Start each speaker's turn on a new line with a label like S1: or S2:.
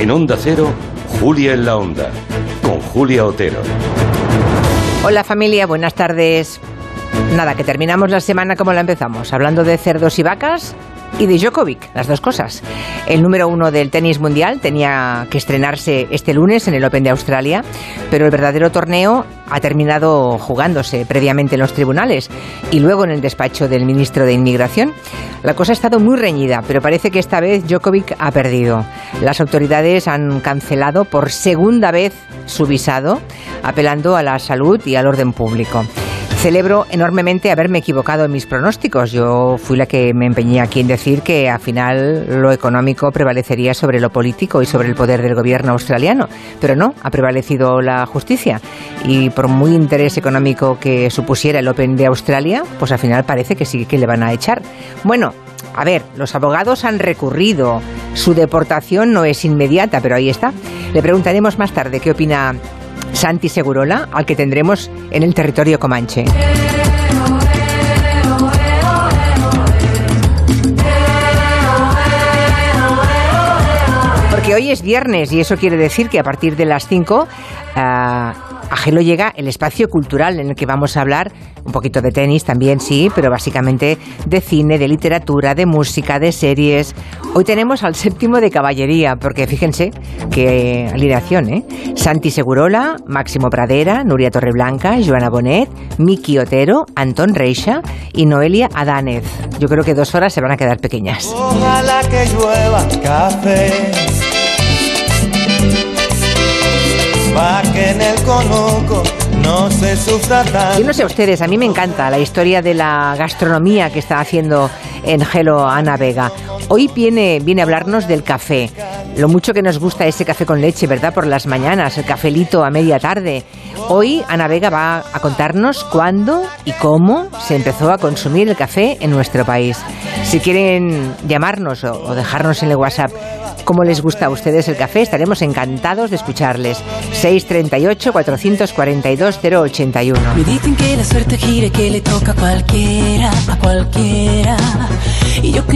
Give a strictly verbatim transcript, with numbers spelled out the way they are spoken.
S1: En Onda Cero, Julia en la Onda, con Julia Otero.
S2: Hola familia, buenas tardes. Nada, que terminamos la semana como la empezamos, hablando de cerdos y vacas y de Djokovic, las dos cosas. El número uno del tenis mundial tenía que estrenarse este lunes en el Open de Australia, pero el verdadero torneo ha terminado jugándose previamente en los tribunales y luego en el despacho del ministro de Inmigración. La cosa ha estado muy reñida, pero parece que esta vez Djokovic ha perdido. Las autoridades han cancelado por segunda vez su visado, apelando a la salud y al orden público. Celebro enormemente haberme equivocado en mis pronósticos. Yo fui la que me empeñé aquí en decir que al final lo económico prevalecería sobre lo político y sobre el poder del gobierno australiano. Pero no, ha prevalecido la justicia. Y por muy interés económico que supusiera el Open de Australia, pues al final parece que sí que le van a echar. Bueno, a ver, los abogados han recurrido. Su deportación no es inmediata, pero ahí está. Le preguntaremos más tarde qué opina Santi Segurola, al que tendremos en el territorio comanche. Porque hoy es viernes y eso quiere decir que a partir de las cinco uh, a Gelo llega el espacio cultural en el que vamos a hablar un poquito de tenis también, sí, pero básicamente de cine, de literatura, de música, de series. Hoy tenemos al séptimo de caballería, porque fíjense qué alineación, ¿eh? Santi Segurola, Máximo Pradera, Nuria Torreblanca, Joana Bonet, Miki Otero, Antón Reixa y Noelia Adánez. Yo creo que dos horas se van a quedar pequeñas.
S3: Ojalá que llueva café, pa' que en el conuco no se sufra tanto.
S2: Yo no sé ustedes, a mí me encanta la historia de la gastronomía que está haciendo en Gelo Ana Vega. Hoy viene, viene a hablarnos del café, lo mucho que nos gusta ese café con leche, ¿verdad? Por las mañanas, el cafelito a media tarde. Hoy Ana Vega va a contarnos cuándo y cómo se empezó a consumir el café en nuestro país. Si quieren llamarnos o, o dejarnos en el WhatsApp cómo les gusta a ustedes el café, estaremos encantados de escucharles. seis treinta y ocho, cuatrocientos cuarenta y dos, cero ochenta y uno.
S4: Me dicen que la suerte gire, que le toca a cualquiera, a cualquiera. Y yo